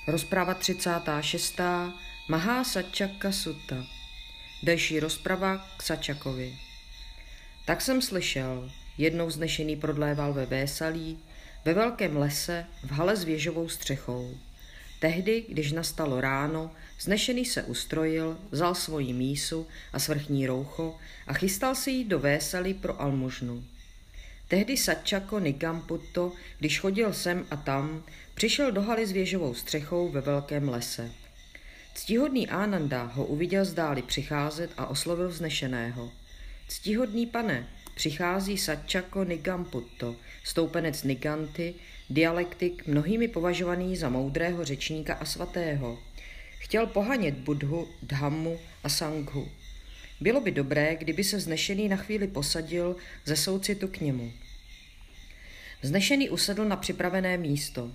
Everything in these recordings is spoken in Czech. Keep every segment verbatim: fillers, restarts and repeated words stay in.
Rozprava třicátá šestá Mahá Sačaka Sutta. Delší rozprava k Sačakovi. Tak jsem slyšel, jednou vznešený prodléval ve Vésalí, ve velkém lese, v hale s věžovou střechou. Tehdy, když nastalo ráno, vznešený se ustrojil, vzal svoji mísu a svrchní roucho a chystal se jít do Vésaly pro almužnu. Tehdy Sačako Nigamputto, když chodil sem a tam, přišel do haly s věžovou střechou ve velkém lese. Ctihodný Ananda ho uviděl zdáli přicházet a oslovil vznešeného. Ctihodný pane, přichází Sačako Nigamputto, stoupenec Niganty, dialektik, mnohými považovaný za moudrého řečníka a svatého. Chtěl pohanět Buddhu, Dhammu a Sanghu. Bylo by dobré, kdyby se vznešený na chvíli posadil ze soucitu k němu. Vznešený usedl na připravené místo.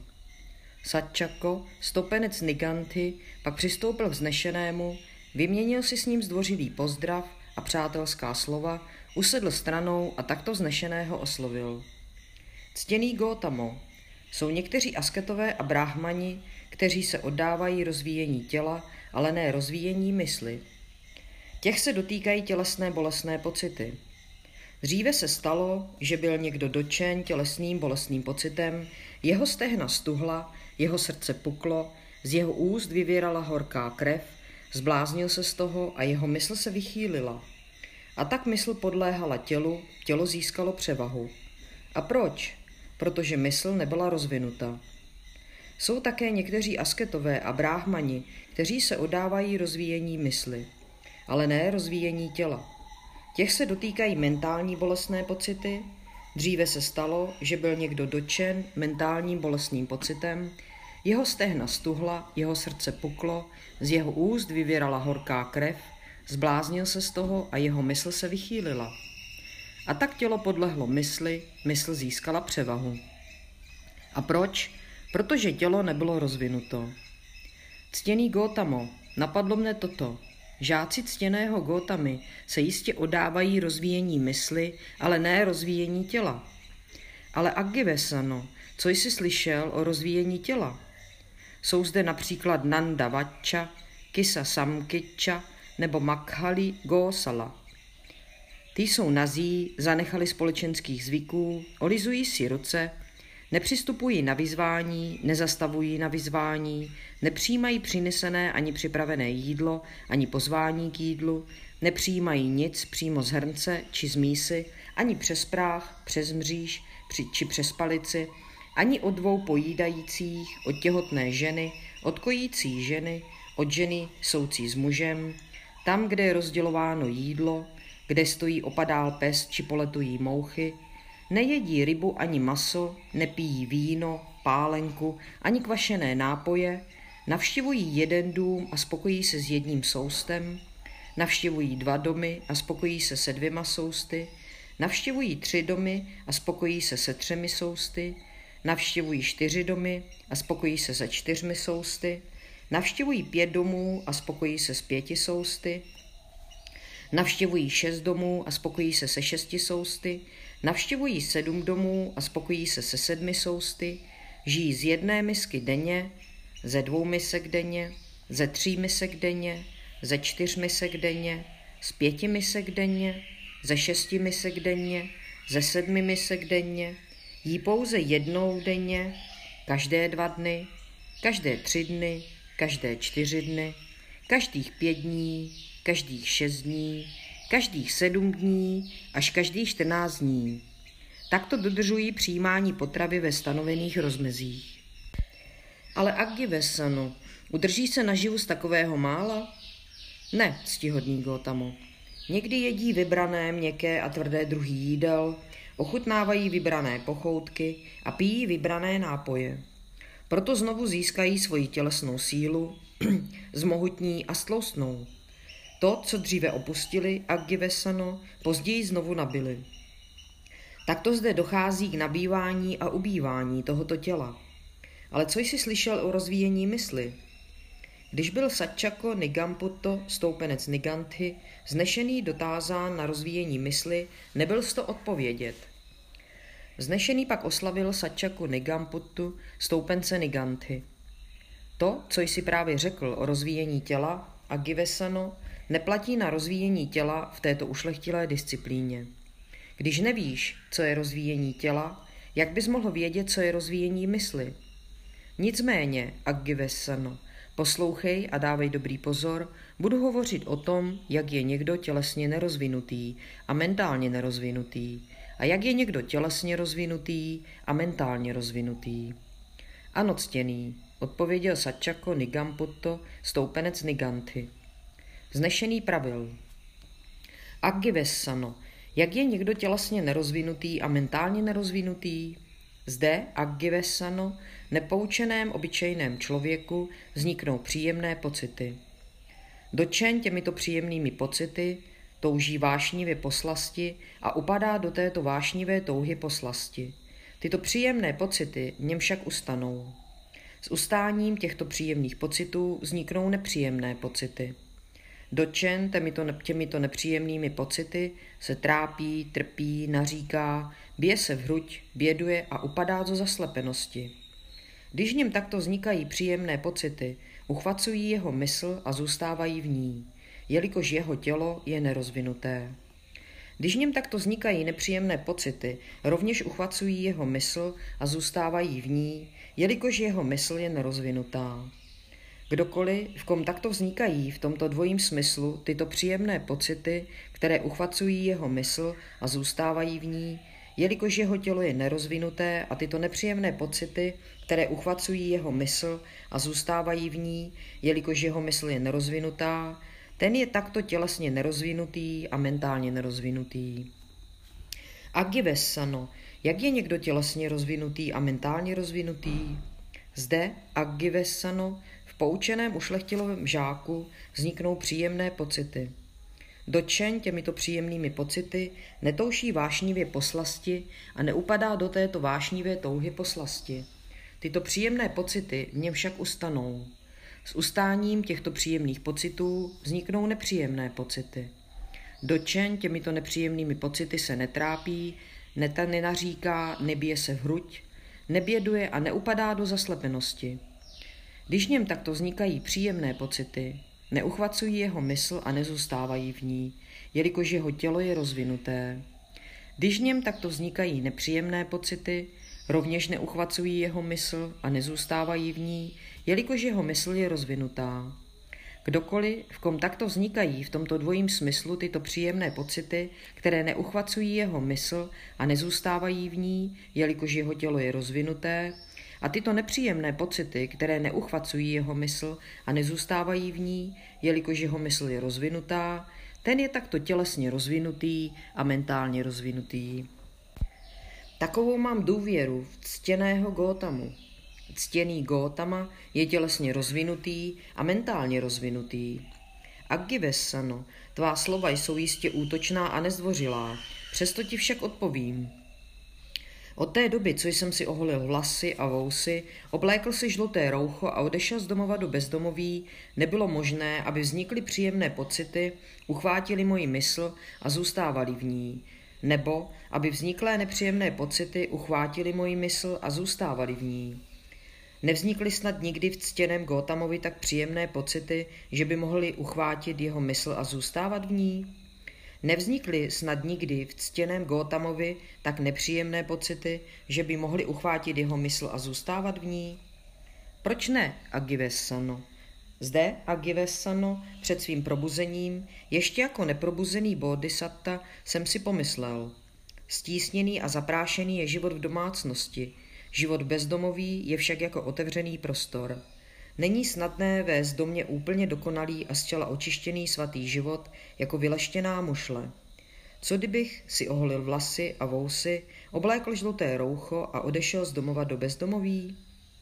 Sačako, stoupenec Niganty, pak přistoupil k vznešenému, vyměnil si s ním zdvořilý pozdrav a přátelská slova, usedl stranou a takto vznešeného oslovil. Ctěný Gótamo, jsou někteří asketové a bráhmani, kteří se oddávají rozvíjení těla, ale ne rozvíjení mysli. Těch se dotýkají tělesné bolestné pocity. Dříve se stalo, že byl někdo dotčen tělesným bolestným pocitem, jeho stehna stuhla, jeho srdce puklo, z jeho úst vyvírala horká krev, zbláznil se z toho a jeho mysl se vychýlila. A tak mysl podléhala tělu, tělo získalo převahu. A proč? Protože mysl nebyla rozvinuta. Jsou také někteří asketové a bráhmani, kteří se oddávají rozvíjení mysli, ale ne rozvíjení těla. Těch se dotýkají mentální bolestné pocity. Dříve se stalo, že byl někdo dotčen mentálním bolestným pocitem, jeho stehna stuhla, jeho srdce puklo, z jeho úst vyvírala horká krev, zbláznil se z toho a jeho mysl se vychýlila. A tak tělo podlehlo mysli, mysl získala převahu. A proč? Protože tělo nebylo rozvinuto. Ctěný Gótamo, napadlo mne toto. Žáci ctěného Gótamy se jistě oddávají rozvíjení mysli, ale ne rozvíjení těla. Ale Aggivesano, co jsi slyšel o rozvíjení těla? Jsou zde například Nanda Vačča, Kisa Samkičča nebo Makhali Gosala. Ty jsou nazí, zanechali společenských zvyků, olizují si ruce, nepřistupují na vyzvání, nezastavují na vyzvání, nepřijímají přinesené ani připravené jídlo, ani pozvání k jídlu, nepřijímají nic přímo z hrnce či z mísy, ani přes práh, přes mříž či přes palici, ani od dvou pojídajících, od těhotné ženy, od kojící ženy, od ženy soucí s mužem, tam, kde je rozdělováno jídlo, kde stojí opadál pes či poletují mouchy, nejedí rybu ani maso, nepijí víno, pálenku, ani kvašené nápoje, navštěvují jeden dům a spokojí se s jedním soustem, navštěvují dva domy a spokojí se se dvěma sousty, navštěvují tři domy a spokojí se se třemi sousty, navštěvují čtyři domy a spokojí se se čtyřmi sousty, navštěvují pět domů a spokojí se s pěti sousty, navštěvují šest domů a spokojí se se šesti sousty, navštěvují sedm domů a spokojí se se sedmi sousty, žijí z jedné misky denně, ze dvou misek denně, ze tří misek denně, ze čtyř misek denně, z pěti misek denně, ze šesti misek denně, ze sedmi misek denně, jí pouze jednou denně, každé dva dny, každé tři dny, každé čtyři dny, každých pět dní, každých šest dní, každých sedm dní až každých čtrnáct dní. Takto dodržují přijímání potravy ve stanovených rozmezích. Ale Aggivesano, udrží se naživu z takového mála? Ne, ctihodný Gótamo. Někdy jedí vybrané, měkké a tvrdé druhy jídel, ochutnávají vybrané pochoutky a pijí vybrané nápoje. Proto znovu získají svoji tělesnou sílu, zmohutní a stloustnou. To, co dříve opustili Aggivesano, později znovu nabili. Takto zde dochází k nabývání a ubývání tohoto těla. Ale co jsi slyšel o rozvíjení mysli? Když byl Sačako Nigamputto, stoupenec Niganty, vznešený dotázán na rozvíjení mysli, nebyl z to odpovědět. Vznešený pak oslavil Sačaku Nigamputtu, stoupence Niganty. To, co jsi právě řekl o rozvíjení těla, Agivesano, neplatí na rozvíjení těla v této ušlechtilé disciplíně. Když nevíš, co je rozvíjení těla, jak bys mohl vědět, co je rozvíjení mysli? Nicméně, Agivesano, poslouchej a dávej dobrý pozor, budu hovořit o tom, jak je někdo tělesně nerozvinutý a mentálně nerozvinutý a jak je někdo tělesně rozvinutý a mentálně rozvinutý. Ano, ctěný, odpověděl Sačako Nigamputto, stoupenec Niganthi. Vznešený pravil. Agivesano, jak je někdo tělesně nerozvinutý a mentálně nerozvinutý? Zde, Agivesano, nepoučeném obyčejném člověku vzniknou příjemné pocity. Dotčen těmito příjemnými pocity touží vášnivě po slasti a upadá do této vášnivé touhy po slasti. Tyto příjemné pocity v něm však ustanou. S ustáním těchto příjemných pocitů vzniknou nepříjemné pocity. Dotčen těmito, těmito nepříjemnými pocity se trápí, trpí, naříká, bije se v hruď, běduje a upadá do zaslepenosti. Když v něm takto vznikají příjemné pocity, uchvacují jeho mysl a zůstávají v ní, jelikož jeho tělo je nerozvinuté. Když v něm takto vznikají nepříjemné pocity, rovněž uchvacují jeho mysl a zůstávají v ní, jelikož jeho mysl je nerozvinutá. Kdokoliv, v kom takto vznikají v tomto dvojím smyslu tyto příjemné pocity, které uchvacují jeho mysl a zůstávají v ní, jelikož jeho tělo je nerozvinuté a tyto nepříjemné pocity, které uchvacují jeho mysl a zůstávají v ní, jelikož jeho mysl je nerozvinutá, ten je takto tělesně nerozvinutý a mentálně nerozvinutý. Agivesano, jak je někdo tělesně rozvinutý a mentálně rozvinutý? Zde, Agivesano, v poučeném ušlechtilovém žáku vzniknou příjemné pocity. Dotčen těmito příjemnými pocity netouší vášnivě po slasti a neupadá do této vášnivé touhy po slasti. Tyto příjemné pocity v něm však ustanou. S ustáním těchto příjemných pocitů vzniknou nepříjemné pocity. Dotčen těmito nepříjemnými pocity se netrápí, neta nenaříká, nebije se v hruď, neběduje a neupadá do zaslepenosti. Když v něm takto vznikají příjemné pocity, neuchvacují jeho mysl a nezůstávají v ní, jelikož jeho tělo je rozvinuté. Když v něm takto vznikají nepříjemné pocity, rovněž neuchvacují jeho mysl a nezůstávají v ní, jelikož jeho mysl je rozvinutá. Kdokoliv, v kom takto vznikají v tomto dvojím smyslu tyto příjemné pocity, které neuchvacují jeho mysl a nezůstávají v ní, jelikož jeho tělo je rozvinuté, a tyto nepříjemné pocity, které neuchvacují jeho mysl a nezůstávají v ní, jelikož jeho mysl je rozvinutá, ten je takto tělesně rozvinutý a mentálně rozvinutý. Takovou mám důvěru v ctěného Gótamu. Ctěný Gótama je tělesně rozvinutý a mentálně rozvinutý. Agivesano, tvá slova jsou jistě útočná a nezdvořilá, přesto ti však odpovím. Od té doby, co jsem si oholil vlasy a vousy, oblékl si žluté roucho a odešel z domova do bezdomoví, nebylo možné, aby vznikly příjemné pocity, uchvátili moji mysl a zůstávali v ní, nebo aby vzniklé nepříjemné pocity uchvátili moji mysl a zůstávali v ní. Nevznikly snad nikdy v ctěném Gótamovi tak příjemné pocity, že by mohli uchvátit jeho mysl a zůstávat v ní? Nevznikly snad nikdy v ctěném Gótamovi tak nepříjemné pocity, že by mohli uchvátit jeho mysl a zůstávat v ní? Proč ne, Agivesano? Zde, Agivesano, před svým probuzením, ještě jako neprobuzený bodhisatta, jsem si pomyslel. Stísněný a zaprášený je život v domácnosti, život bezdomový je však jako otevřený prostor. Není snadné vést do mě úplně dokonalý a zcela očištěný svatý život jako vyleštěná mušle. Co kdybych si oholil vlasy a vousy, oblékl žluté roucho a odešel z domova do bezdomoví?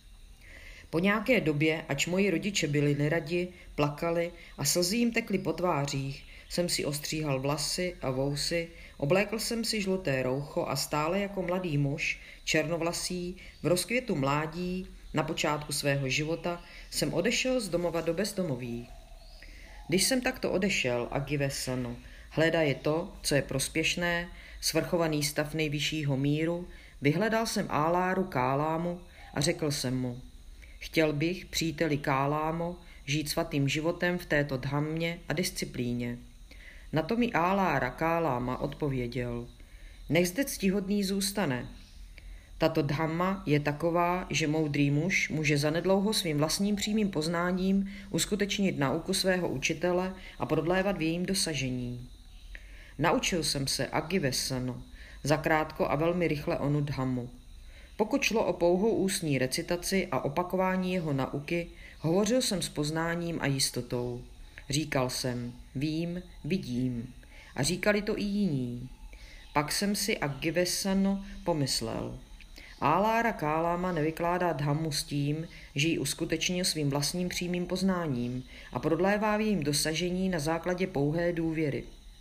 Po nějaké době, ač moji rodiče byli neradi, plakali a slzy jim tekly po tvářích, jsem si ostříhal vlasy a vousy, oblékl jsem si žluté roucho a stále jako mladý muž, černovlasý, v rozkvětu mládí, na počátku svého života, jsem odešel z domova do bezdomoví. Když jsem takto odešel, Agivesano, hledaje to, co je prospěšné, svrchovaný stav nejvyššího míru, vyhledal jsem Áláru Kálámu a řekl jsem mu, Chtěl bych, příteli Kálámo, žít svatým životem v této dhammě a disciplíně. Na to mi Álára Káláma odpověděl: Nech zde ctihodný zůstane. Tato dhamma je taková, že moudrý muž může zanedlouho svým vlastním přímým poznáním uskutečnit nauku svého učitele a prodlévat v jejím dosažení. Naučil jsem se Agivesano, zakrátko a velmi rychle onu dhammu. Pokud šlo o pouhou ústní recitaci a opakování jeho nauky, hovořil jsem s poznáním a jistotou. Říkal jsem, vím, vidím. A říkali to i jiní. Pak jsem si Agivesano pomyslel. Álára Káláma nevykládá dhammu s tím, že ji uskutečnil svým vlastním přímým poznáním a prodlévá v jejím dosažení na základě pouhé důvěry.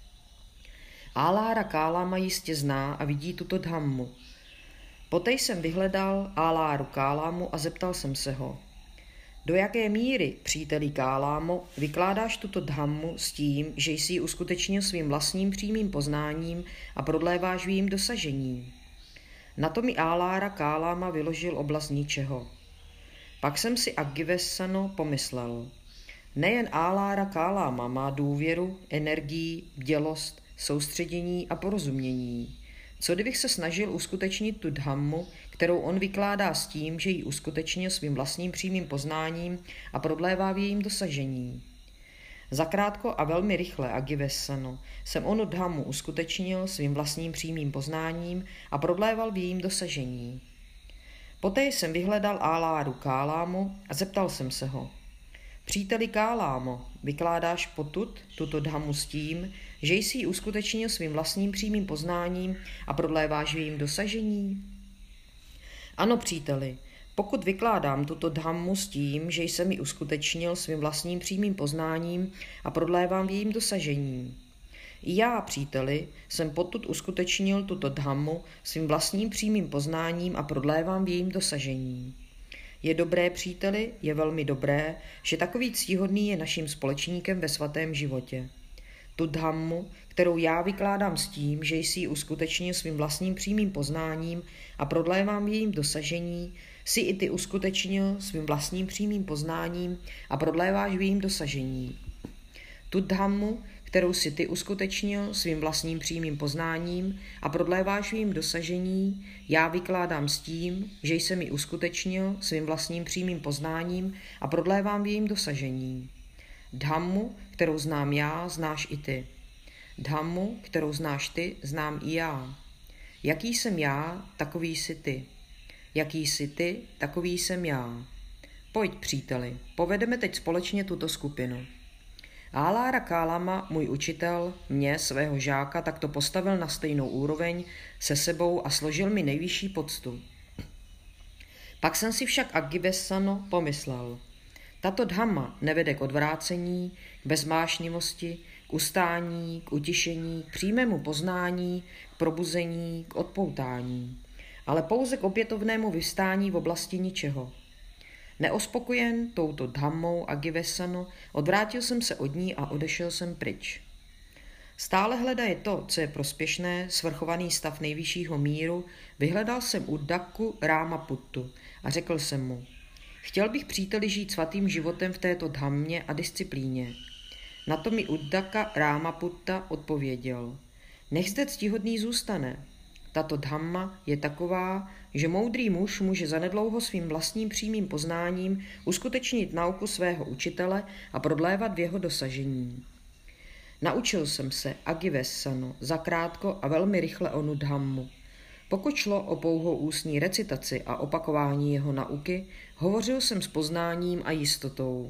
Álára Káláma jistě zná a vidí tuto dhammu. Poté jsem vyhledal Áláru Kálámu a zeptal jsem se ho. Do jaké míry, příteli Kálámo, vykládáš tuto dhammu s tím, že jsi ji uskutečnil svým vlastním přímým poznáním a prodléváš v jejím dosažení? Na to mi Álára Káláma vyložil oblast ničeho. Pak jsem si Agivesano pomyslel. Nejen Álára Káláma má důvěru, energii, bdělost, soustředění a porozumění. Co kdybych se snažil uskutečnit tu dhammu, kterou on vykládá s tím, že ji uskutečnil svým vlastním přímým poznáním a prodlévá v jejím dosažení? Zakrátko a velmi rychle, Agivesano, jsem onu dhammu uskutečnil svým vlastním přímým poznáním a prodléval v jejím dosažení. Poté jsem vyhledal Áláru Kálámu a zeptal jsem se ho. Příteli Kálámo, vykládáš potud tuto dhammu s tím, že jsi ji uskutečnil svým vlastním přímým poznáním a prodléváš v jejím dosažení? Ano, příteli, pokud vykládám tuto dhammu s tím, že jsem ji uskutečnil svým vlastním přímým poznáním a prodlévám v jejím dosažení. I já, příteli, jsem potud uskutečnil tuto dhammu svým vlastním přímým poznáním a prodlévám v jejím dosažení. Je dobré, příteli, je velmi dobré, že takový ctihodný je naším společníkem ve svatém životě. Tu dhammu, kterou já vykládám s tím, že jsi ji uskutečnil svým vlastním přímým poznáním a prodlévám v jejím dosažení, si i ty uskutečnil svým vlastním přímým poznáním a prodléváš v jejím dosažení. Tu dhammu, kterou si ty uskutečnil svým vlastním přímým poznáním a prodléváš v jejím dosažení, já vykládám s tím, že jsem ji uskutečnil svým vlastním přímým poznáním a prodlévám v jejím dosažení. Dhammu, kterou znám já, znáš i ty. Dhammu, kterou znáš ty, znám i já. Jaký jsem já, takový jsi ty. Jaký jsi ty, takový jsem já. Pojď, příteli, povedeme teď společně tuto skupinu. Álára Káláma, můj učitel, mě, svého žáka, takto postavil na stejnou úroveň se sebou a složil mi nejvyšší poctu. Pak jsem si však Agivesano pomyslel. Tato dhamma nevede k odvrácení, k bezmášnivosti, k ustání, k utišení, k přímému poznání, k probuzení, k odpoutání, ale pouze k opětovnému vyvstání v oblasti ničeho. Neospokojen touto dhammou Agivesano, odvrátil jsem se od ní a odešel jsem pryč. Stále hledaje to, co je prospěšné, svrchovaný stav nejvyššího míru, vyhledal jsem Uddaku Rámaputtu a řekl jsem mu, chtěl bych, příteli, žít svatým životem v této dhammě a disciplíně. Na to mi Uddaka Rámaputta odpověděl, nech zde ctihodný zůstane. Tato dhamma je taková, že moudrý muž může zanedlouho svým vlastním přímým poznáním uskutečnit nauku svého učitele a prodlévat v jeho dosažení. Naučil jsem se Agivesano zakrátko a velmi rychle onu dhammu. Pokud šlo o pouhou ústní recitaci a opakování jeho nauky, hovořil jsem s poznáním a jistotou.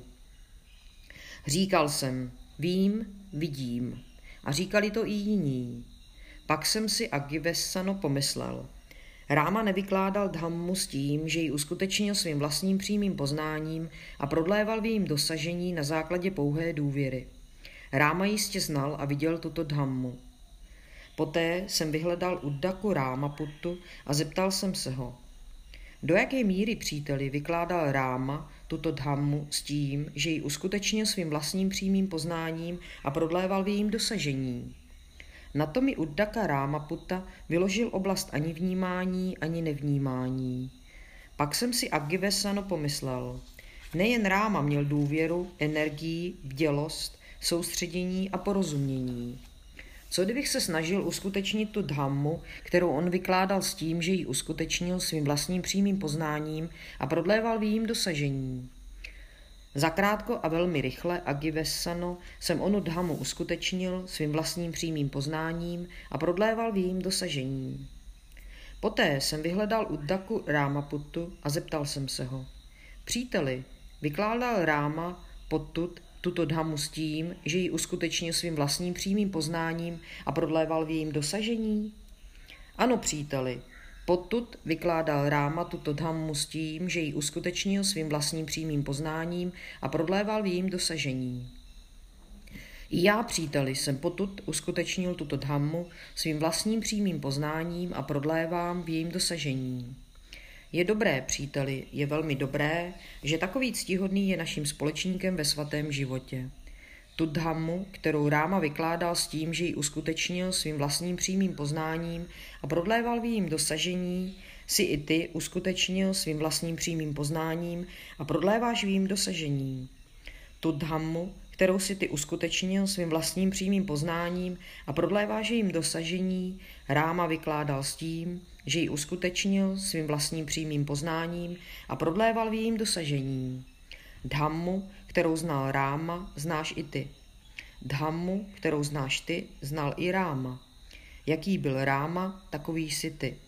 Říkal jsem, vím, vidím. A říkali to i jiní. Pak jsem si Agivesano pomyslel. Ráma nevykládal dhammu s tím, že ji uskutečnil svým vlastním přímým poznáním a prodléval v jejím dosažení na základě pouhé důvěry. Ráma jistě znal a viděl tuto dhammu. Poté jsem vyhledal Uddaku Rámaputtu a zeptal jsem se ho. Do jaké míry, příteli, vykládal Ráma tuto dhammu s tím, že ji uskutečnil svým vlastním přímým poznáním a prodléval v jejím dosažení? Na to mi Uddaka Rámaputta vyložil oblast ani vnímání, ani nevnímání. Pak jsem si Agivesano pomyslel. Nejen Ráma měl důvěru, energii, bdělost, soustředění a porozumění. Co kdybych se snažil uskutečnit tu dhammu, kterou on vykládal s tím, že ji uskutečnil svým vlastním přímým poznáním a prodléval v jejím dosažení. Zakrátko a velmi rychle Agivesano jsem onu dhammu uskutečnil svým vlastním přímým poznáním a prodléval v jejím dosažení. Poté jsem vyhledal Uddaku Rámaputtu a zeptal jsem se ho. Příteli, vykládal Ráma podtud tuto dhammu s tím, že ji uskutečnil svým vlastním přímým poznáním a prodléval v jejím dosažení? Ano, příteli, podtud vykládal Ráma tuto dhammu s tím, že ji uskutečnil svým vlastním přímým poznáním a prodléval v jejím dosažení. I já, příteli, jsem potud uskutečnil tuto dhammu svým vlastním přímým poznáním a prodlévám v jejím dosažení. Je dobré, příteli, je velmi dobré, že takový ctihodný je naším společníkem ve svatém životě. Tu dhammu, kterou Ráma vykládal s tím, že ji uskutečnil svým vlastním přímým poznáním a prodléval v jejím dosažení, si i ty uskutečnil svým vlastním přímým poznáním a prodléváš v jejím dosažení. Tu dhammu, kterou si ty uskutečnil svým vlastním přímým poznáním a prodléváš jejím dosažení, Ráma vykládal s tím, že ji uskutečnil svým vlastním přímým poznáním a prodléval v jejím dosažení. Dhammu, kterou znal Ráma, znáš i ty. Dhammu, kterou znáš ty, znal i Ráma. Jaký byl Ráma, takový jsi ty.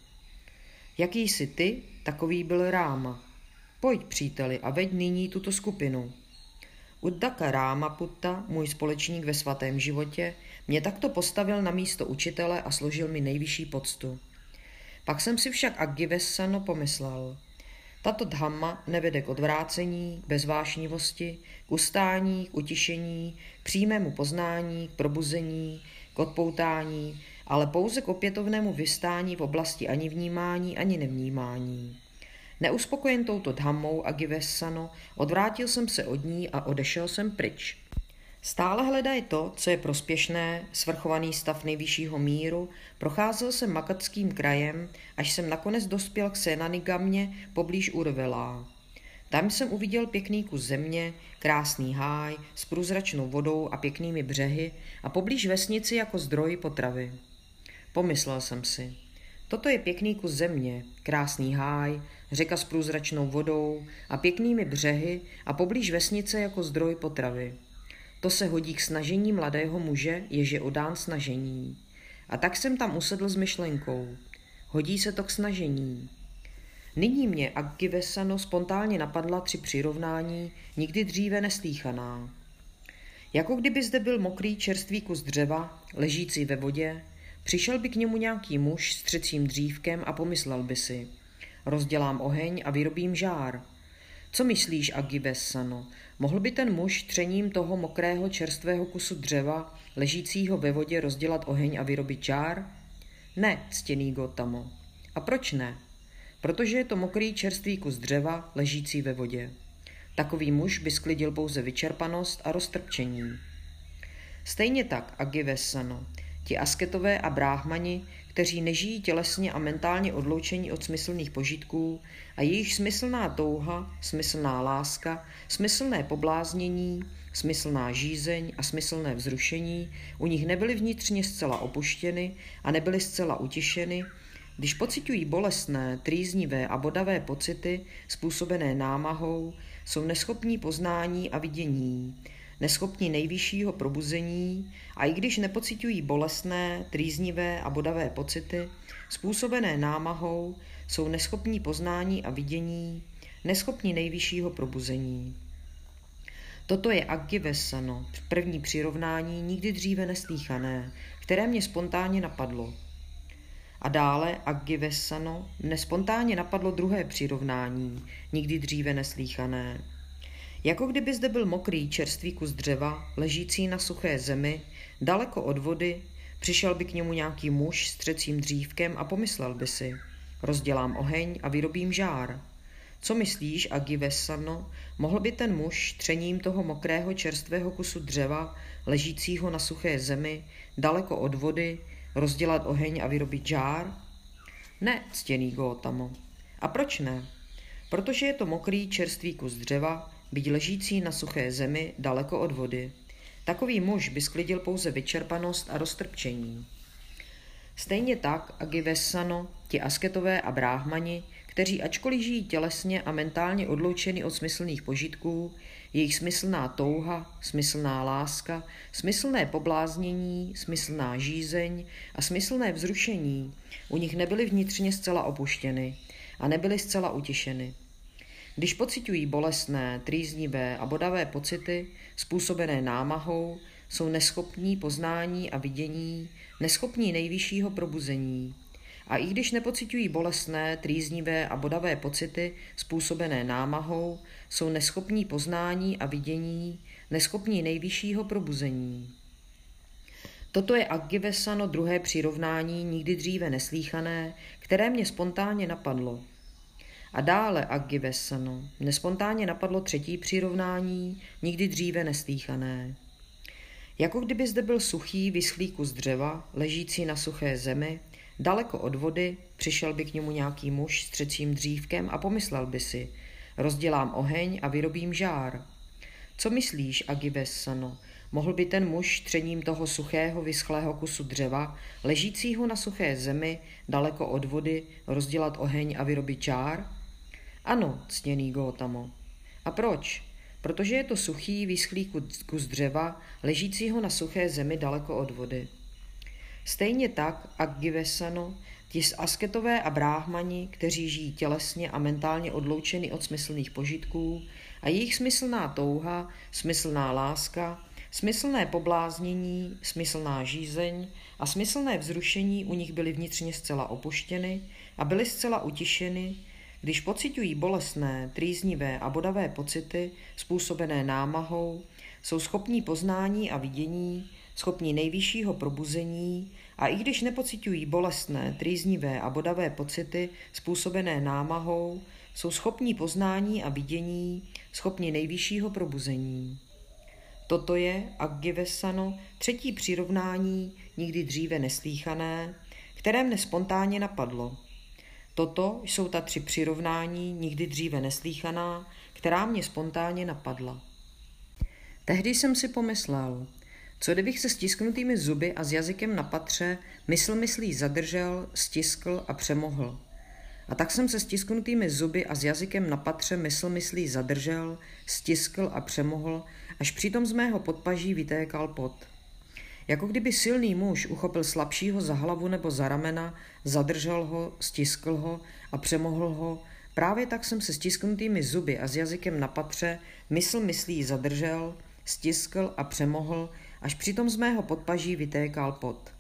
Jaký jsi ty, takový byl Ráma. Pojď, příteli, a veď nyní tuto skupinu. Uddaka Rámaputta, můj společník ve svatém životě, mě takto postavil na místo učitele a složil mi nejvyšší poctu. Pak jsem si však Agivesano pomyslel. Tato dhamma nevede k odvrácení, k bezvášnivosti, k ustání, k utišení, k přímému poznání, k probuzení, k odpoutání, ale pouze k opětovnému vystání v oblasti ani vnímání, ani nevnímání. Neuspokojen touto dhammou Agivesano, odvrátil jsem se od ní a odešel jsem pryč. Stále hledaj to, co je prospěšné, svrchovaný stav nejvyššího míru, procházel jsem makatským krajem, až jsem nakonec dospěl k Senanigamě poblíž Urvelá. Tam jsem uviděl pěkný kus země, krásný háj s průzračnou vodou a pěknými břehy a poblíž vesnici jako zdroj potravy. Pomyslel jsem si, toto je pěkný kus země, krásný háj, řeka s průzračnou vodou a pěknými břehy a poblíž vesnice jako zdroj potravy. To se hodí k snažení mladého muže, jež je odán snažení. A tak jsem tam usedl s myšlenkou. Hodí se to k snažení. Nyní mě Agivesano spontánně napadla tři přirovnání, nikdy dříve neslýchaná. Jako kdyby zde byl mokrý čerstvý kus dřeva, ležící ve vodě, přišel by k němu nějaký muž s třecím dřívkem a pomyslel by si. Rozdělám oheň a vyrobím žár. Co myslíš, Agivesano? Mohl by ten muž třením toho mokrého čerstvého kusu dřeva, ležícího ve vodě, rozdělat oheň a vyrobit žár? Ne, ctěný Gotamo. A proč ne? Protože je to mokrý čerstvý kus dřeva, ležící ve vodě. Takový muž by sklidil pouze vyčerpanost a roztrpčení. Stejně tak, Agivesano, ti asketové a bráhmani, kteří nežijí tělesně a mentálně odloučení od smyslných požitků a jejich smyslná touha, smyslná láska, smyslné pobláznění, smyslná žízeň a smyslné vzrušení u nich nebyly vnitřně zcela opuštěny a nebyly zcela utišeny, když pociťují bolestné, trýznivé a bodavé pocity způsobené námahou, jsou neschopní poznání a vidění, neschopní nejvyššího probuzení a i když nepociťují bolestné, trýznivé a bodavé pocity, způsobené námahou, jsou neschopní poznání a vidění, neschopní nejvyššího probuzení. Toto je Agivesano, první přirovnání nikdy dříve neslýchané, které mě spontánně napadlo. A dále Agivesano mne spontánně napadlo druhé přirovnání, nikdy dříve neslýchané. Jako kdyby zde byl mokrý čerstvý kus dřeva, ležící na suché zemi, daleko od vody, přišel by k němu nějaký muž s třecím dřívkem a pomyslel by si, rozdělám oheň a vyrobím žár. Co myslíš, Agivesano, mohl by ten muž třením toho mokrého čerstvého kusu dřeva, ležícího na suché zemi, daleko od vody, rozdělat oheň a vyrobit žár? Ne, ctěný Gotamo. A proč ne? protože je to mokrý čerstvý kus dřeva, byť ležící na suché zemi daleko od vody. Takový muž by sklidil pouze vyčerpanost a roztrpčení. Stejně tak Agivesano, ti asketové a bráhmani, kteří ačkoliv žijí tělesně a mentálně odloučeni od smyslných požitků, jejich smyslná touha, smyslná láska, smyslné pobláznění, smyslná žízeň a smyslné vzrušení u nich nebyly vnitřně zcela opuštěny a nebyly zcela utišeny. Když pociťují bolestné, trýznivé a bodavé pocity, způsobené námahou, jsou neschopní poznání a vidění, neschopní nejvyššího probuzení. A i když nepociťují bolestné, trýznivé a bodavé pocity způsobené námahou, jsou neschopní poznání a vidění, neschopní nejvyššího probuzení. Toto je Agivesano druhé přirovnání nikdy dříve neslýchané, které mě spontánně napadlo. A dále Agivesano, mne spontánně napadlo třetí přirovnání, nikdy dříve neslýchané. Jako kdyby zde byl suchý, vyschlý kus dřeva, ležící na suché zemi, daleko od vody, přišel by k němu nějaký muž s třecím dřívkem a pomyslel by si, rozdělám oheň a vyrobím žár. Co myslíš, Agivesano, mohl by ten muž třením toho suchého, vyschlého kusu dřeva, ležícího na suché zemi, daleko od vody, rozdělat oheň a vyrobit žár? Ano, ctěný Gautamo. A proč? Protože je to suchý, vyschlý kus dřeva, ležícího na suché zemi daleko od vody. Stejně tak Agivesano, ti asketové a bráhmani, kteří žijí tělesně a mentálně odloučeni od smyslných požitků, a jejich smyslná touha, smyslná láska, smyslné pobláznění, smyslná žízeň a smyslné vzrušení u nich byly vnitřně zcela opuštěny a byly zcela utišeny, když pociťují bolestné, trýznivé a bodavé pocity způsobené námahou, jsou schopní poznání a vidění, schopní nejvyššího probuzení, a i když nepociťují bolestné, trýznivé a bodavé pocity způsobené námahou, jsou schopní poznání a vidění, schopní nejvyššího probuzení. Toto je Agivesano třetí přirovnání nikdy dříve neslýchané, které mne spontánně napadlo. Toto jsou ta tři přirovnání nikdy dříve neslýchaná, která mě spontánně napadla. Tehdy jsem si pomyslel, co kdybych se stisknutými zuby a s jazykem na patře mysl myslí zadržel, stiskl a přemohl. A tak jsem se stisknutými zuby a s jazykem na patře mysl myslí zadržel, stiskl a přemohl, až přitom z mého podpaží vytékal pot. Jako kdyby silný muž uchopil slabšího za hlavu nebo za ramena, zadržel ho, stiskl ho a přemohl ho, právě tak jsem se stisknutými zuby a s jazykem na patře mysl myslí zadržel, stiskl a přemohl, až přitom z mého podpaží vytékal pot.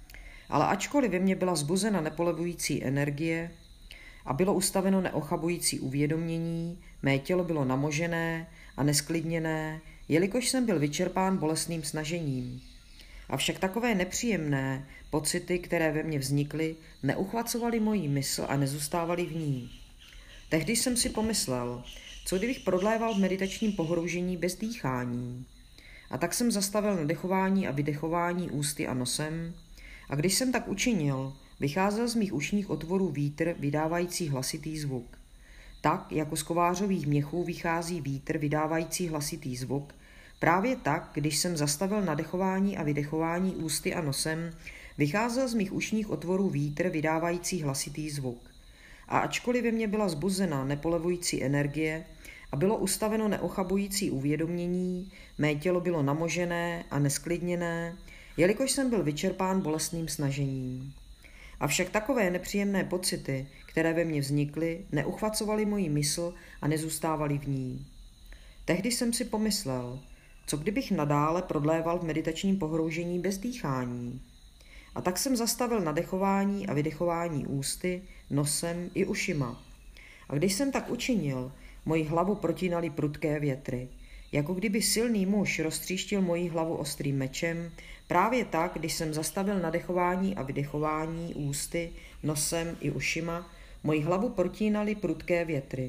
Ale ačkoliv ve mně byla zbuzena nepolevující energie a bylo ustaveno neochabující uvědomění, mé tělo bylo namožené a nesklidněné, jelikož jsem byl vyčerpán bolestným snažením. Avšak takové nepříjemné pocity, které ve mně vznikly, neuchvacovaly moji mysl a nezůstávaly v ní. Tehdy jsem si pomyslel, co kdybych prodléval v meditačním pohroužení bez dýchání. A tak jsem zastavil nadechování a vydechování ústy a nosem, a když jsem tak učinil, vycházel z mých ušních otvorů vítr vydávající hlasitý zvuk. Tak, jako z kovářových měchů vychází vítr vydávající hlasitý zvuk, právě tak, když jsem zastavil nadechování a vydechování ústy a nosem, vycházel z mých ušních otvorů vítr vydávající hlasitý zvuk. A ačkoliv ve mně byla zbuzena nepolevující energie a bylo ustaveno neochabující uvědomění, mé tělo bylo namožené a nesklidněné, jelikož jsem byl vyčerpán bolestným snažením. Avšak takové nepříjemné pocity, které ve mně vznikly, neuchvacovaly moji mysl a nezůstávaly v ní. Tehdy jsem si pomyslel, co kdybych nadále prodléval v meditačním pohroužení bez dýchání. A tak jsem zastavil nadechování a vydechování ústy, nosem i ušima. A když jsem tak učinil, moji hlavu protínaly prudké větry. Jako kdyby silný muž roztříštil moji hlavu ostrým mečem, právě tak, když jsem zastavil nadechování a vydechování ústy, nosem i ušima, moji hlavu protínaly prudké větry.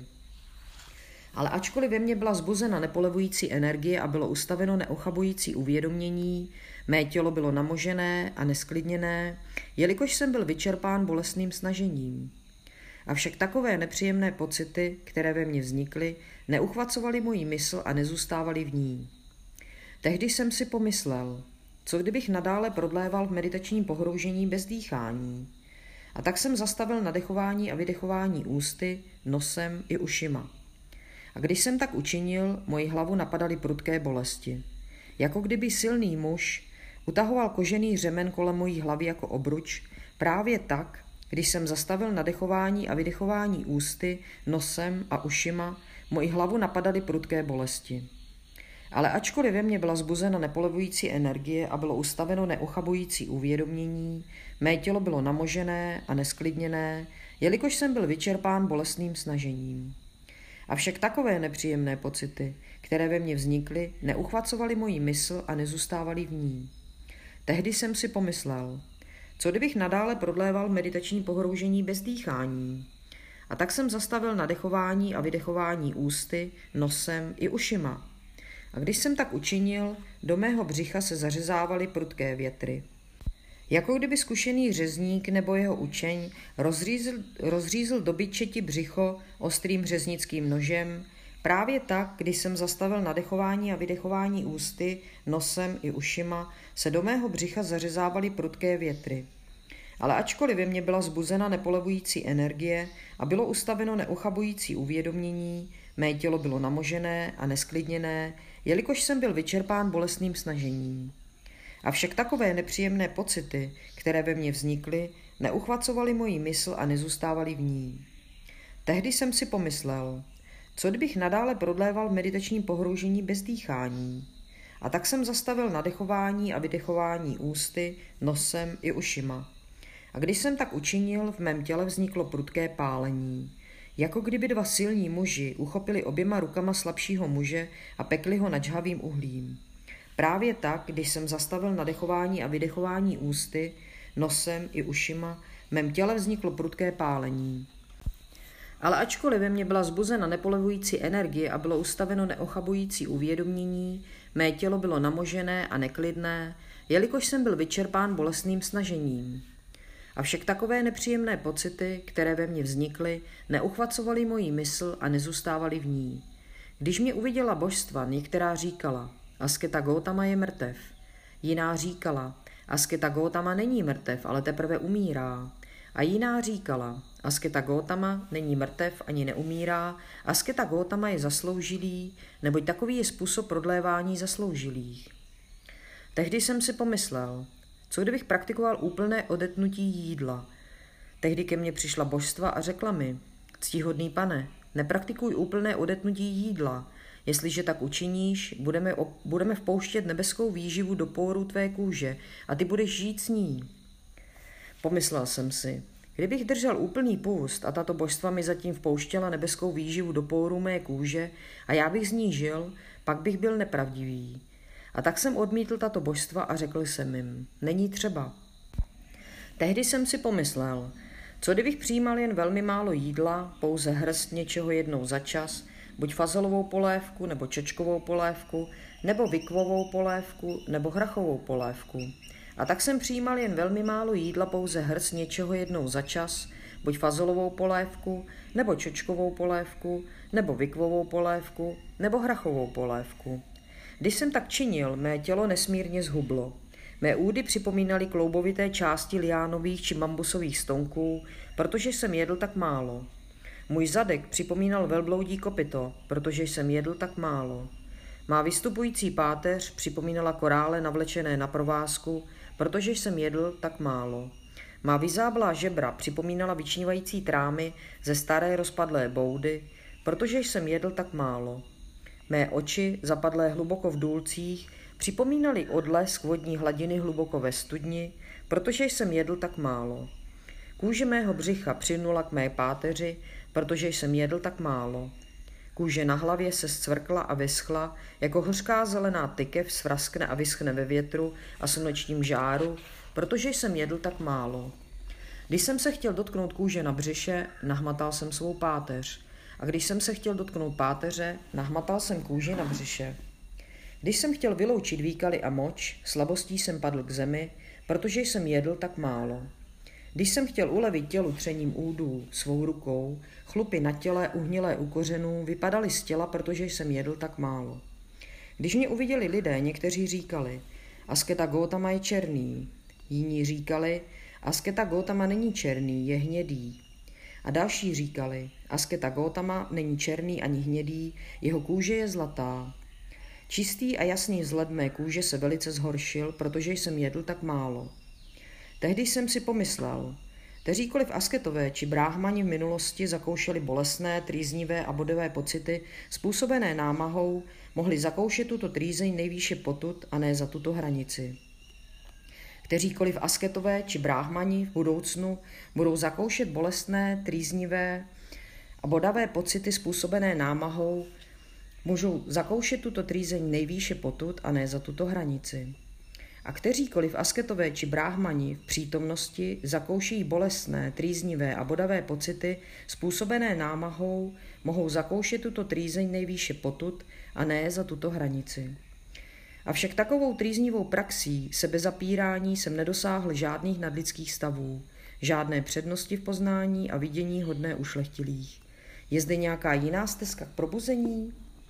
Ale ačkoliv ve mně byla zbuzena nepolevující energie a bylo ustaveno neochabující uvědomění, mé tělo bylo namožené a nesklidněné, jelikož jsem byl vyčerpán bolestným snažením. Avšak takové nepříjemné pocity, které ve mně vznikly, neuchvacovaly moji mysl a nezůstávaly v ní. Tehdy jsem si pomyslel, co kdybych nadále prodléval v meditačním pohroužení bez dýchání. A tak jsem zastavil nadechování a vydechování ústy, nosem i ušima. A když jsem tak učinil, moji hlavu napadaly prudké bolesti. Jako kdyby silný muž utahoval kožený řemen kolem mojí hlavy jako obruč, právě tak, když jsem zastavil nadechování a vydechování ústy, nosem a ušima, moji hlavu napadaly prudké bolesti. Ale ačkoliv ve mně byla zbuzena nepolevující energie a bylo ustaveno neuchabující uvědomění, mé tělo bylo namožené a nesklidněné, jelikož jsem byl vyčerpán bolestným snažením. Avšak takové nepříjemné pocity, které ve mně vznikly, neuchvacovaly moji mysl a nezůstávaly v ní. Tehdy jsem si pomyslel, co kdybych nadále prodléval meditační pohroužení bez dýchání. A tak jsem zastavil nadechování a vydechování ústy, nosem i ušima. A když jsem tak učinil, do mého břicha se zařezávaly prudké větry. Jako kdyby zkušený řezník nebo jeho učeň rozřízl, rozřízl do byčeti břicho ostrým řeznickým nožem, právě tak, když jsem zastavil nadechování a vydechování ústy, nosem i ušima, se do mého břicha zařezávaly prudké větry. Ale ačkoliv ve mně byla zbuzena nepolevující energie a bylo ustaveno neuchabující uvědomění, mé tělo bylo namožené a nesklidněné, jelikož jsem byl vyčerpán bolestným snažením. Avšak takové nepříjemné pocity, které ve mně vznikly, neuchvacovaly moji mysl a nezůstávaly v ní. Tehdy jsem si pomyslel, co kdybych nadále prodléval v meditačním pohroužení bez dýchání. A tak jsem zastavil nadechování a vydechování ústy, nosem i ušima. A když jsem tak učinil, v mém těle vzniklo prudké pálení. Jako kdyby dva silní muži uchopili oběma rukama slabšího muže a pekli ho nad žhavým uhlím. Právě tak, když jsem zastavil nadechování a vydechování ústy, nosem i ušima, v mém těle vzniklo prudké pálení. Ale ačkoliv ve mně byla zbuzena nepolevující energie a bylo ustaveno neochabující uvědomění, mé tělo bylo namožené a neklidné, jelikož jsem byl vyčerpán bolestným snažením. Avšak takové nepříjemné pocity, které ve mně vznikly, neuchvacovaly moji mysl a nezůstávaly v ní. Když mě uviděla božstva, některá říkala, Asketa Gautama je mrtev. Jiná říkala, Asketa Gautama není mrtev, ale teprve umírá. A jiná říkala, Asketa Gautama není mrtev ani neumírá, Asketa Gautama je zasloužilý, neboť takový je způsob prodlévání zasloužilých. Tehdy jsem si pomyslel, co kdybych praktikoval úplné odetnutí jídla. Tehdy ke mně přišla božstva a řekla mi, ctihodný pane, nepraktikuj úplné odetnutí jídla. Jestliže tak učiníš, budeme, budeme vpouštět nebeskou výživu do pórů tvé kůže a ty budeš žít s ní. Pomyslel jsem si, kdybych držel úplný půst a tato božstva mi zatím vpouštěla nebeskou výživu do pórů mé kůže a já bych z ní žil, pak bych byl nepravdivý. A tak jsem odmítl tato božstva a řekl jsem jim, není třeba. Tehdy jsem si pomyslel, co kdybych přijímal jen velmi málo jídla, pouze hrst něčeho jednou za čas, buď fazolovou polévku, nebo čočkovou polévku, nebo vikvovou polévku, nebo hrachovou polévku. A tak jsem přijímal jen velmi málo jídla, pouze hrst něčeho jednou za čas, buď fazolovou polévku, nebo čočkovou polévku, nebo vikvovou polévku, nebo hrachovou polévku. Když jsem tak činil, mé tělo nesmírně zhublo. Mé údy připomínaly kloubovité části liánových či bambusových stonků, protože jsem jedl tak málo. Můj zadek připomínal velbloudí kopyto, protože jsem jedl tak málo. Má vystupující páteř připomínala korále navlečené na provázku, protože jsem jedl tak málo. Má vyzáblá žebra připomínala vyčnívající trámy ze staré rozpadlé boudy, protože jsem jedl tak málo. Mé oči, zapadlé hluboko v důlcích, připomínaly odlesk vodní hladiny hluboko ve studni, protože jsem jedl tak málo. Kůže mého břicha přilnula k mé páteři, protože jsem jedl tak málo. Kůže na hlavě se zcvrkla a vyschla, jako hořká zelená tykev svraskne a vyschne ve větru a slunečním žáru, protože jsem jedl tak málo. Když jsem se chtěl dotknout kůže na břiše, nahmatal jsem svou páteř. A když jsem se chtěl dotknout páteře, nahmatal jsem kůži na břiše. Když jsem chtěl vyloučit výkaly a moč, slabostí jsem padl k zemi, protože jsem jedl tak málo. Když jsem chtěl ulevit tělu třením údů svou rukou, chlupy na těle uhnilé u kořenů vypadaly z těla, protože jsem jedl tak málo. Když mě uviděli lidé, někteří říkali, asketa Gautama je černý. Jiní říkali, asketa Gautama není černý, je hnědý. A další říkali, asketa Gautama není černý ani hnědý, jeho kůže je zlatá. Čistý a jasný vzhled mé kůže se velice zhoršil, protože jsem jedl tak málo. Tehdy jsem si pomyslel, kteříkoliv asketové či bráhmani v minulosti zakoušeli bolestné, trýznivé a bodevé pocity způsobené námahou, mohli zakoušet tuto trýzeň nejvýše potud a ne za tuto hranici. Kteříkoliv asketové či bráhmani v budoucnu budou zakoušet bolestné, trýznivé a bodavé pocity způsobené námahou, můžou zakoušet tuto trýzeň nejvýše potud a ne za tuto hranici. A kteříkoliv asketové či bráhmani v přítomnosti zakouší bolestné, trýznivé a bodavé pocity způsobené námahou, mohou zakoušet tuto trýzeň nejvýše potud a ne za tuto hranici. Avšak takovou trýznivou praxí sebezapírání jsem nedosáhl žádných nadlidských stavů, žádné přednosti v poznání a vidění hodné ušlechtilých. Je zde nějaká jiná stezka k probuzení?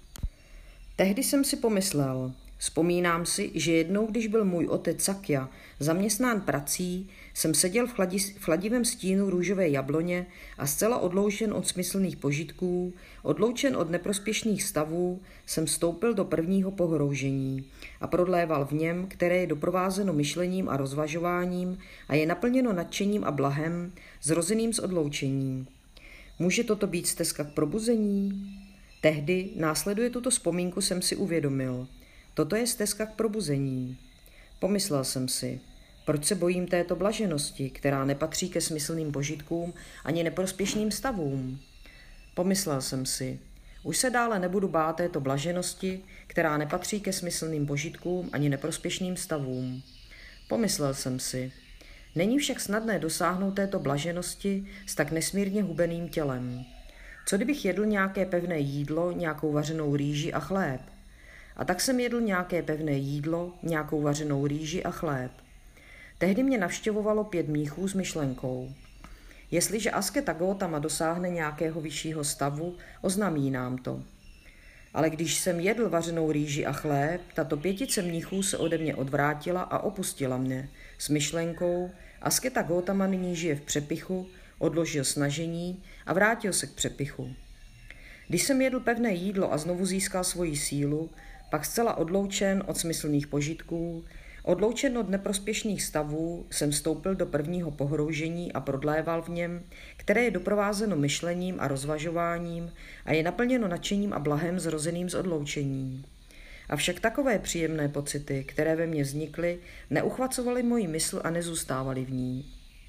Tehdy jsem si pomyslel, vzpomínám si, že jednou, když byl můj otec Sakya zaměstnán prací, jsem seděl v, chladi, v chladivém stínu růžové jabloně a zcela odloučen od smyslných požitků, odloučen od neprospěšných stavů, jsem vstoupil do prvního pohroužení a prodléval v něm, které je doprovázeno myšlením a rozvažováním a je naplněno nadšením a blahem, zrozeným z odloučení. Může toto být stezka k probuzení? Tehdy, následuje tuto vzpomínku, jsem si uvědomil. Toto je stezka k probuzení. Pomyslel jsem si, proč se bojím této blaženosti, která nepatří ke smyslným požitkům ani neprospěšným stavům? Pomyslel jsem si, už se dále nebudu bát této blaženosti, která nepatří ke smyslným požitkům ani neprospěšným stavům. Pomyslel jsem si, není však snadné dosáhnout této blaženosti s tak nesmírně hubeným tělem. Co kdybych jedl nějaké pevné jídlo, nějakou vařenou rýži a chléb? A tak jsem jedl nějaké pevné jídlo, nějakou vařenou rýži a chléb. Tehdy mě navštěvovalo pět mnichů s myšlenkou. Jestliže asketa Gautama dosáhne nějakého vyššího stavu, oznámí nám to. Ale když jsem jedl vařenou rýži a chléb, tato pětice mnichů se ode mě odvrátila a opustila mne s myšlenkou, asketa Gautama nyní žije v přepichu, odložil snažení a vrátil se k přepichu. Když jsem jedl pevné jídlo a znovu získal svoji sílu, pak zcela odloučen od smyslných požitků, odloučen od neprospěšných stavů, jsem vstoupil do prvního pohroužení a prodléval v něm, které je doprovázeno myšlením a rozvažováním a je naplněno nadšením a blahem zrozeným z odloučení. Avšak takové příjemné pocity, které ve mně vznikly, neuchvacovaly moji mysl a nezůstávaly v ní.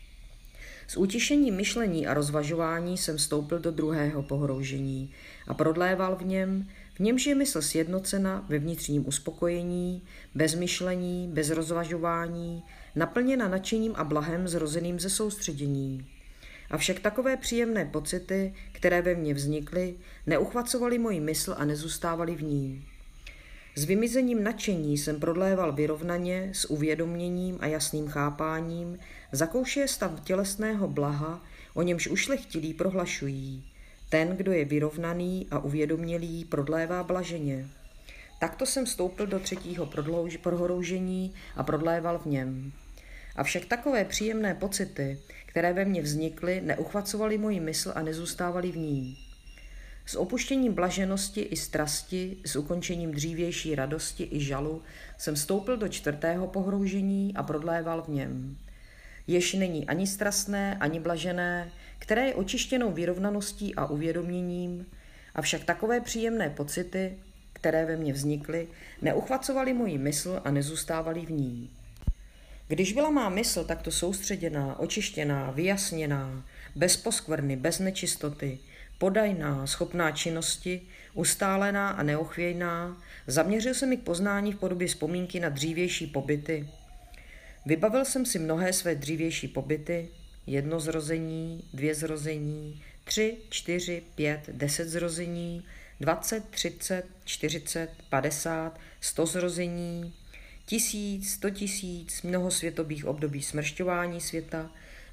S utišením myšlení a rozvažování jsem vstoupil do druhého pohroužení a prodléval v něm, v němž je mysl sjednocena ve vnitřním uspokojení, bez myšlení, bez rozvažování, naplněna nadšením a blahem zrozeným ze soustředění. Avšak takové příjemné pocity, které ve mně vznikly, neuchvacovaly moji mysl a nezůstávaly v ní. S vymizením nadšení jsem prodléval vyrovnaně, s uvědoměním a jasným chápáním, zakoušuje stav tělesného blaha, o němž ušlechtilí prohlašují. Ten, kdo je vyrovnaný a uvědomělý, prodlévá blaženě. Takto jsem vstoupil do třetího prohroužení a prodléval v něm. Avšak takové příjemné pocity, které ve mně vznikly, neuchvacovaly moji mysl a nezůstávaly v ní. S opuštěním blaženosti i strasti, s ukončením dřívější radosti i žalu jsem vstoupil do čtvrtého pohroužení a prodléval v něm. Jež není ani strastné, ani blažené, které je očištěnou vyrovnaností a uvědoměním, avšak takové příjemné pocity, které ve mně vznikly, neuchvacovaly moji mysl a nezůstávaly v ní. Když byla má mysl takto soustředěná, očištěná, vyjasněná, bez poskvrny, bez nečistoty, podajná, schopná činnosti, ustálená a neochvějná, zaměřil se mi k poznání v podobě vzpomínky na dřívější pobyty. Vybavil jsem si mnohé své dřívější pobyty, jedno zrození, dvě zrození, tři, čtyři, pět, deset zrození, dvacet, třicet, čtyřicet, padesát, sto zrození, tisíc, sto tisíc, mnoho světobých období smršťování světa,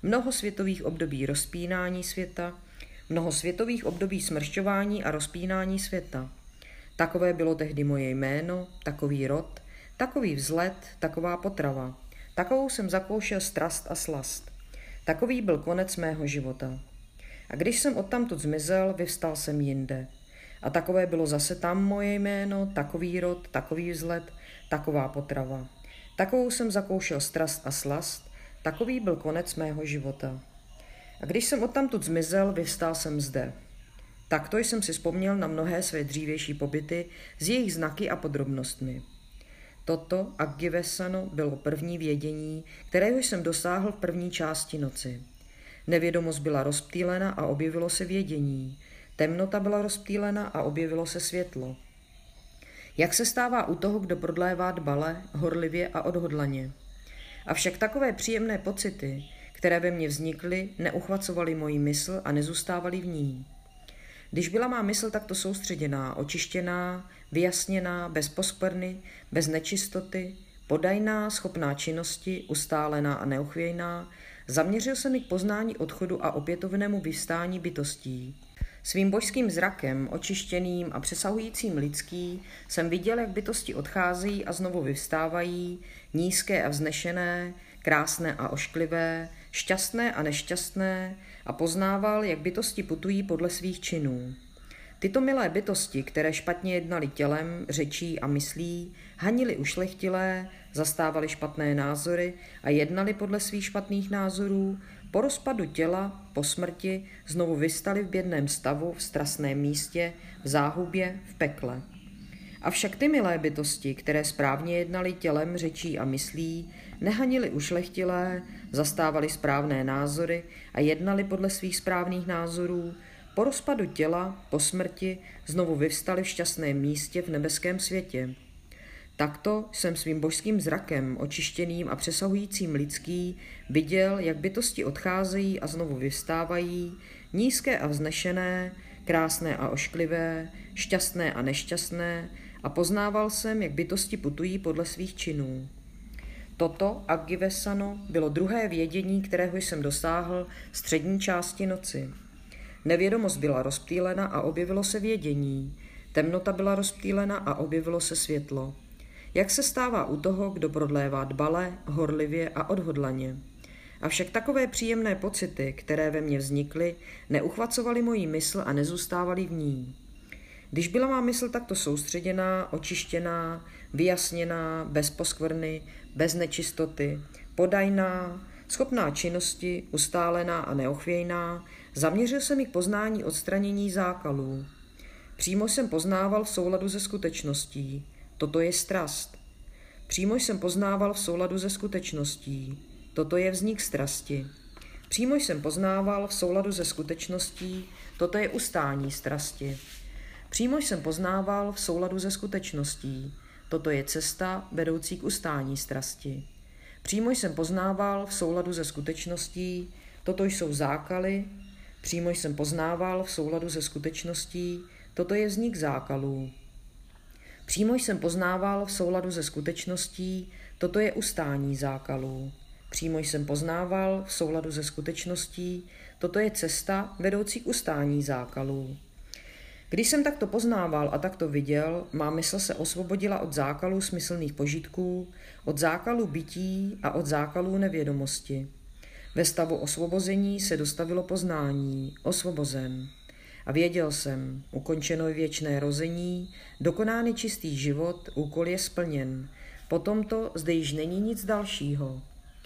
mnoho světových období rozpínání světa, mnoho světových období smršťování a rozpínání světa. Takové bylo tehdy moje jméno, takový rod, takový vzlet, taková potrava. Takovou jsem zakoušel strast a slast. Takový byl konec mého života. A když jsem odtamtud zmizel, vyvstal jsem jinde. A takové bylo zase tam moje jméno, takový rod, takový vzlet, taková potrava. Takovou jsem zakoušel strast a slast, takový byl konec mého života. A když jsem odtamtud zmizel, vyvstal jsem zde. Takto jsem si vzpomněl na mnohé své dřívější pobyty s jejich znaky a podrobnostmi. Toto Aggivesano bylo první vědění, kterého jsem dosáhl v první části noci. Nevědomost byla rozptýlena a objevilo se vědění. Temnota byla rozptýlena a objevilo se světlo. Jak se stává u toho, kdo prodlévá dbale, horlivě a odhodlaně. Avšak takové příjemné pocity, které ve mně vznikly, neuchvacovaly moji mysl a nezůstávaly v ní. Když byla má mysl takto soustředěná, očištěná, vyjasněná, bez poskvrny, bez nečistoty, podajná, schopná činnosti, ustálená a neochvějná, zaměřil se mi k poznání odchodu a opětovnému vyvstání bytostí. Svým božským zrakem, očištěným a přesahujícím lidský, jsem viděl, jak bytosti odcházejí a znovu vyvstávají, nízké a vznešené, krásné a ošklivé, šťastné a nešťastné, a poznával, jak bytosti putují podle svých činů. Tyto milé bytosti, které špatně jednaly tělem, řečí a myslí, hanily ušlechtilé, zastávaly špatné názory a jednali podle svých špatných názorů, po rozpadu těla, po smrti, znovu vystali v bědném stavu, v strastném místě, v záhubě, v pekle. Avšak ty milé bytosti, které správně jednaly tělem, řečí a myslí, nehanili ušlechtilé, zastávali správné názory a jednali podle svých správných názorů, po rozpadu těla, po smrti, znovu vyvstali v šťastném místě v nebeském světě. Takto jsem svým božským zrakem, očištěným a přesahujícím lidský, viděl, jak bytosti odcházejí a znovu vyvstávají, nízké a vznešené, krásné a ošklivé, šťastné a nešťastné, a poznával jsem, jak bytosti putují podle svých činů. Toto Aggivesano bylo druhé vědění, kterého jsem dosáhl v střední části noci. Nevědomost byla rozptýlena a objevilo se vědění. Temnota byla rozptýlena a objevilo se světlo. Jak se stává u toho, kdo prodlévá dbale, horlivě a odhodlaně. Avšak takové příjemné pocity, které ve mně vznikly, neuchvacovaly moji mysl a nezůstávaly v ní. Když byla má mysl takto soustředěná, očištěná, vyjasněná, bez poskvrny, bez nečistoty, podajná, schopná činnosti, ustálená a neochvějná, zaměřil se mi k poznání odstranění zákalů. Přímo jsem poznával v souladu se skutečností. Toto je strast. Přímo jsem poznával v souladu se skutečností. Toto je vznik strasti. Přímo jsem poznával v souladu se skutečností. Toto je ustání strasti. Přímo jsem poznával v souladu se skutečností. Toto je cesta vedoucí k ustání strasti. Přímo jsem poznával v souladu se skutečností. Toto jsou zákaly. Přímo jsem poznával v souladu se skutečností. Toto je vznik zákalů. Přímo jsem poznával v souladu se skutečností. Toto je ustání zákalů. Přímo jsem poznával v souladu se skutečností. Toto je cesta vedoucí k ustání zákalů. Když jsem takto poznával a takto viděl, má mysl se osvobodila od zákalů smyslných požitků, od zákalů bytí a od zákalů nevědomosti. Ve stavu osvobození se dostavilo poznání, osvobozen. A věděl jsem, ukončeno je věčné rození, dokonán je čistý život, úkol je splněn. Potom to zde již není nic dalšího.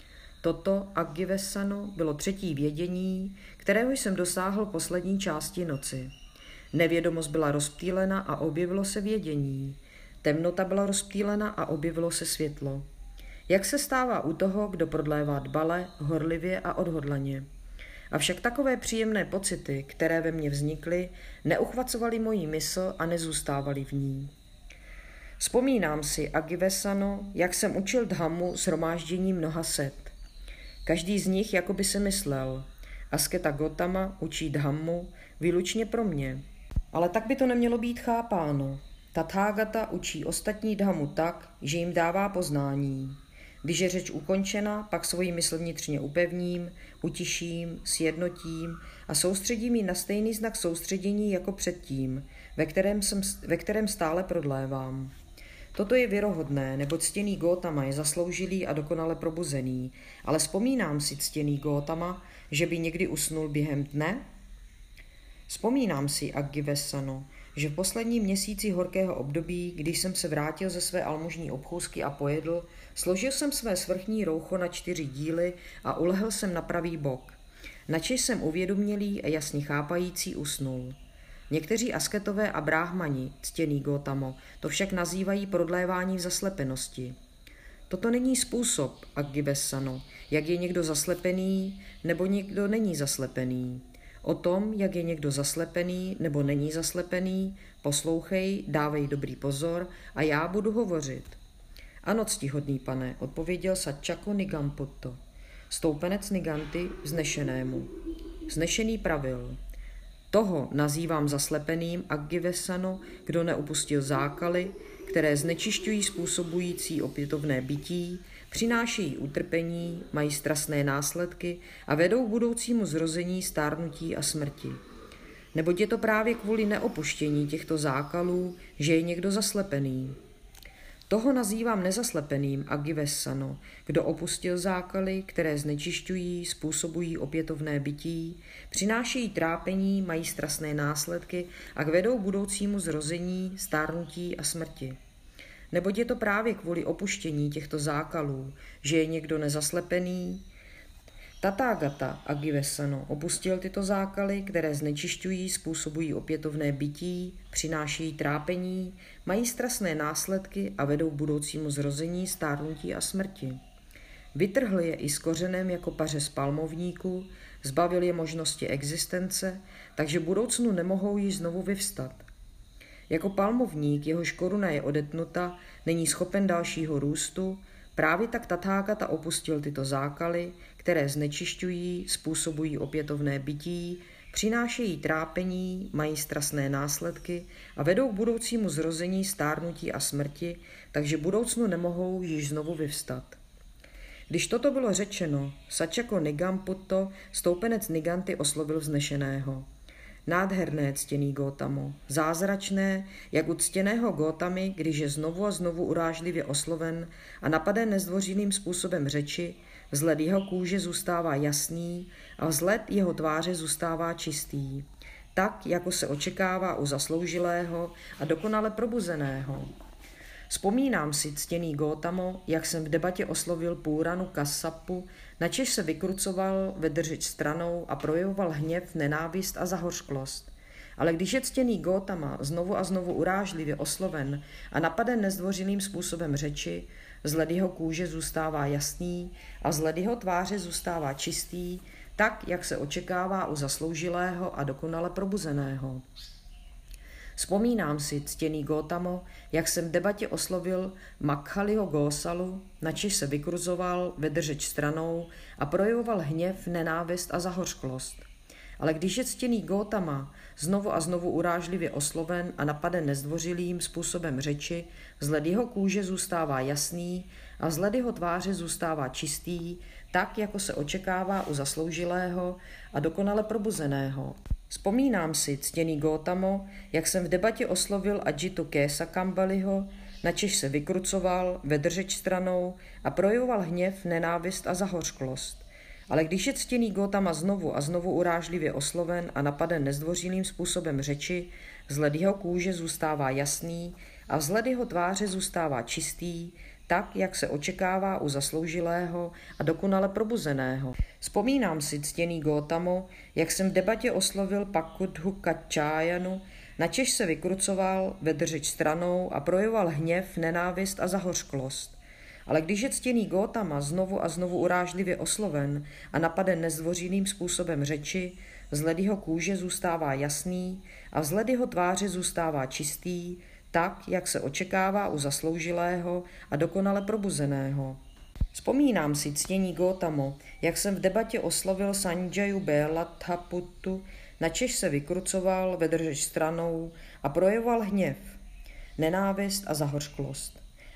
Toto Aggivesano bylo třetí vědění, kterého jsem dosáhl poslední části noci. Nevědomost byla rozptýlena a objevilo se vědění. Temnota byla rozptýlena a objevilo se světlo. Jak se stává u toho, kdo prodlévá dbale, horlivě a odhodlaně. Avšak takové příjemné pocity, které ve mně vznikly, neuchvacovaly moji mysl a nezůstávaly v ní. Vzpomínám si Aggivesano, jak jsem učil dhammu shromáždění mnoha set. Každý z nich jakoby se myslel, asketa Gotama učí dhammu výlučně pro mě. Ale tak by to nemělo být chápáno. Tathagata učí ostatní dhammu tak, že jim dává poznání. Když je řeč ukončena, pak svoji mysl vnitřně upevním, utiším, sjednotím a soustředím ji na stejný znak soustředění jako předtím, ve kterém, jsem, ve kterém stále prodlévám. Toto je věrohodné, nebo ctěný Gautama je zasloužilý a dokonale probuzený, ale vzpomínám si, ctěný Gautama, že by někdy usnul během dne? Vzpomínám si, Agivesano, že v posledním měsíci horkého období, když jsem se vrátil ze své almužní obchůzky a pojedl, složil jsem své svrchní roucho na čtyři díly a ulehl jsem na pravý bok. Načež jsem uvědomělý a jasně chápající usnul. Někteří asketové a bráhmani, ctěný Gautamo, to však nazývají prodlévání v zaslepenosti. Toto není způsob, Agivesano, jak je někdo zaslepený nebo někdo není zaslepený. O tom, jak je někdo zaslepený nebo není zaslepený, poslouchej, dávej dobrý pozor a já budu hovořit. Ano, ctihodný pane, odpověděl Satčako Nigamputto, stoupenec Niganty vznešenému. Vznešený pravil. Toho nazývám zaslepeným Agivesano, kdo neupustil zákaly, které znečišťují způsobující opětovné bytí, přinášejí utrpení, mají strastné následky a vedou k budoucímu zrození, stárnutí a smrti. Neboť je to právě kvůli neopuštění těchto zákalů, že je někdo zaslepený. Toho nazývám nezaslepeným Agivesano, kdo opustil zákaly, které znečišťují, způsobují opětovné bytí, přinášejí trápení, mají strastné následky a vedou k budoucímu zrození, stárnutí a smrti. Neboť je to právě kvůli opuštění těchto zákalů, že je někdo nezaslepený. Tathagata Agivesano opustil tyto zákaly, které znečišťují, způsobují opětovné bytí, přinášejí trápení, mají strastné následky a vedou k budoucímu zrození, stárnutí a smrti. Vytrhl je i s kořenem jako paře z palmovníku, zbavil je možnosti existence, takže budoucnu nemohou již znovu vyvstat. Jako palmovník, jehož koruna je odetnuta, není schopen dalšího růstu, právě tak Tathagata opustil tyto zákaly, které znečišťují, způsobují opětovné bytí, přinášejí trápení, mají strastné následky a vedou k budoucímu zrození, stárnutí a smrti, takže budoucnu nemohou již znovu vyvstat. Když toto bylo řečeno, Satčako Nigamputto, stoupenec Niganty, oslovil vznešeného. Nádherné, ctěný Gautamo, zázračné, jak u ctěného Gautamy, když je znovu a znovu urážlivě osloven a napaden nezdvořilým způsobem řeči, vzhled jeho kůže zůstává jasný a vzhled jeho tváře zůstává čistý, tak, jako se očekává u zasloužilého a dokonale probuzeného. Vzpomínám si, ctěný Gautamo, jak jsem v debatě oslovil Puranu Kassapu, načež se vykrucoval vedržeč stranou a projevoval hněv, nenávist a zahořklost. Ale když je ctěný Gautama znovu a znovu urážlivě osloven a napaden nezdvořilým způsobem řeči, vzhled jeho kůže zůstává jasný a vzhled jeho tváře zůstává čistý, tak, jak se očekává u zasloužilého a dokonale probuzeného. Vzpomínám si, ctěný Gautamo, jak jsem v debatě oslovil Makhaliho Gosalu, načež se vykruzoval vedržeč stranou a projevoval hněv, nenávist a zahořklost. Ale když je ctěný Gautama znovu a znovu urážlivě osloven a napaden nezdvořilým způsobem řeči, vzhled jeho kůže zůstává jasný a vzhled jeho tváře zůstává čistý, tak, jako se očekává u zasloužilého a dokonale probuzeného. Vzpomínám si, ctěný Gautamo, jak jsem v debatě oslovil Ajitu Kesakambaliho, načež se vykrucoval, vedržeč stranou a projevoval hněv, nenávist a zahořklost. Ale když je ctěný Gautama znovu a znovu urážlivě osloven a napaden nezdvořilým způsobem řeči, vzhled jeho kůže zůstává jasný a vzhled jeho tváře zůstává čistý, tak, jak se očekává u zasloužilého a dokonale probuzeného. Vzpomínám si, ctěný Gautamo, jak jsem v debatě oslovil Pakudhu Kačájanu, načež se vykrucoval, vedržeč stranou a projevoval hněv, nenávist a zahořklost. Ale když je ctěný Gautama znovu a znovu urážlivě osloven a napaden nezdvořilým způsobem řeči, vzhled jeho kůže zůstává jasný a vzhled jeho tváře zůstává čistý, tak, jak se očekává u zasloužilého a dokonale probuzeného. Vzpomínám si, ctění Gautamo, jak jsem v debatě oslovil Sanjayu Belatthaputtu, načež se vykrucoval, vedržeč stranou a projevoval hněv, nenávist a zahořklost.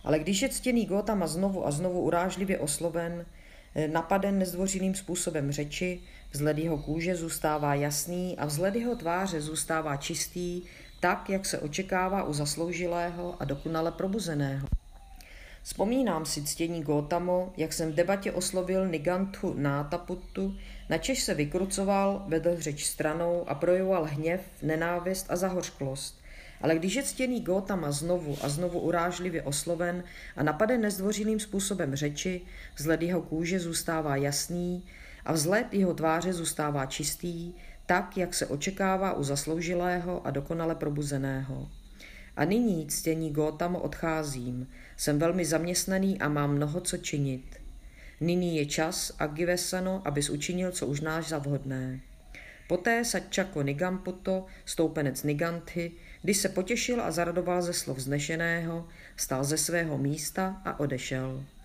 Ale když je ctěný Gautama znovu a znovu urážlivě osloven, napaden nezdvořilým způsobem řeči, vzhled jeho kůže zůstává jasný a vzhled jeho tváře zůstává čistý, tak, jak se očekává u zasloužilého a dokonale probuzeného. Vzpomínám si, ctění Gautamo, jak jsem v debatě oslovil Niganthu Nátaputtu, načež se vykrucoval, vedl řeč stranou a projevoval hněv, nenávist a zahořklost. Ale když je ctěný Gautama znovu a znovu urážlivě osloven a napaden nezdvořilým způsobem řeči, vzhled jeho kůže zůstává jasný a vzhled jeho tváře zůstává čistý, tak, jak se očekává u zasloužilého a dokonale probuzeného. A nyní, ctění Gautamo, odcházím. Jsem velmi zaměstnaný a mám mnoho co činit. Nyní je čas, Agivesano, abys učinil, co uznáš za vhodné. Poté Satchako Nigamputo, stoupenec Niganthy, když se potěšil a zaradoval ze slov vznešeného, vstal ze svého místa a odešel.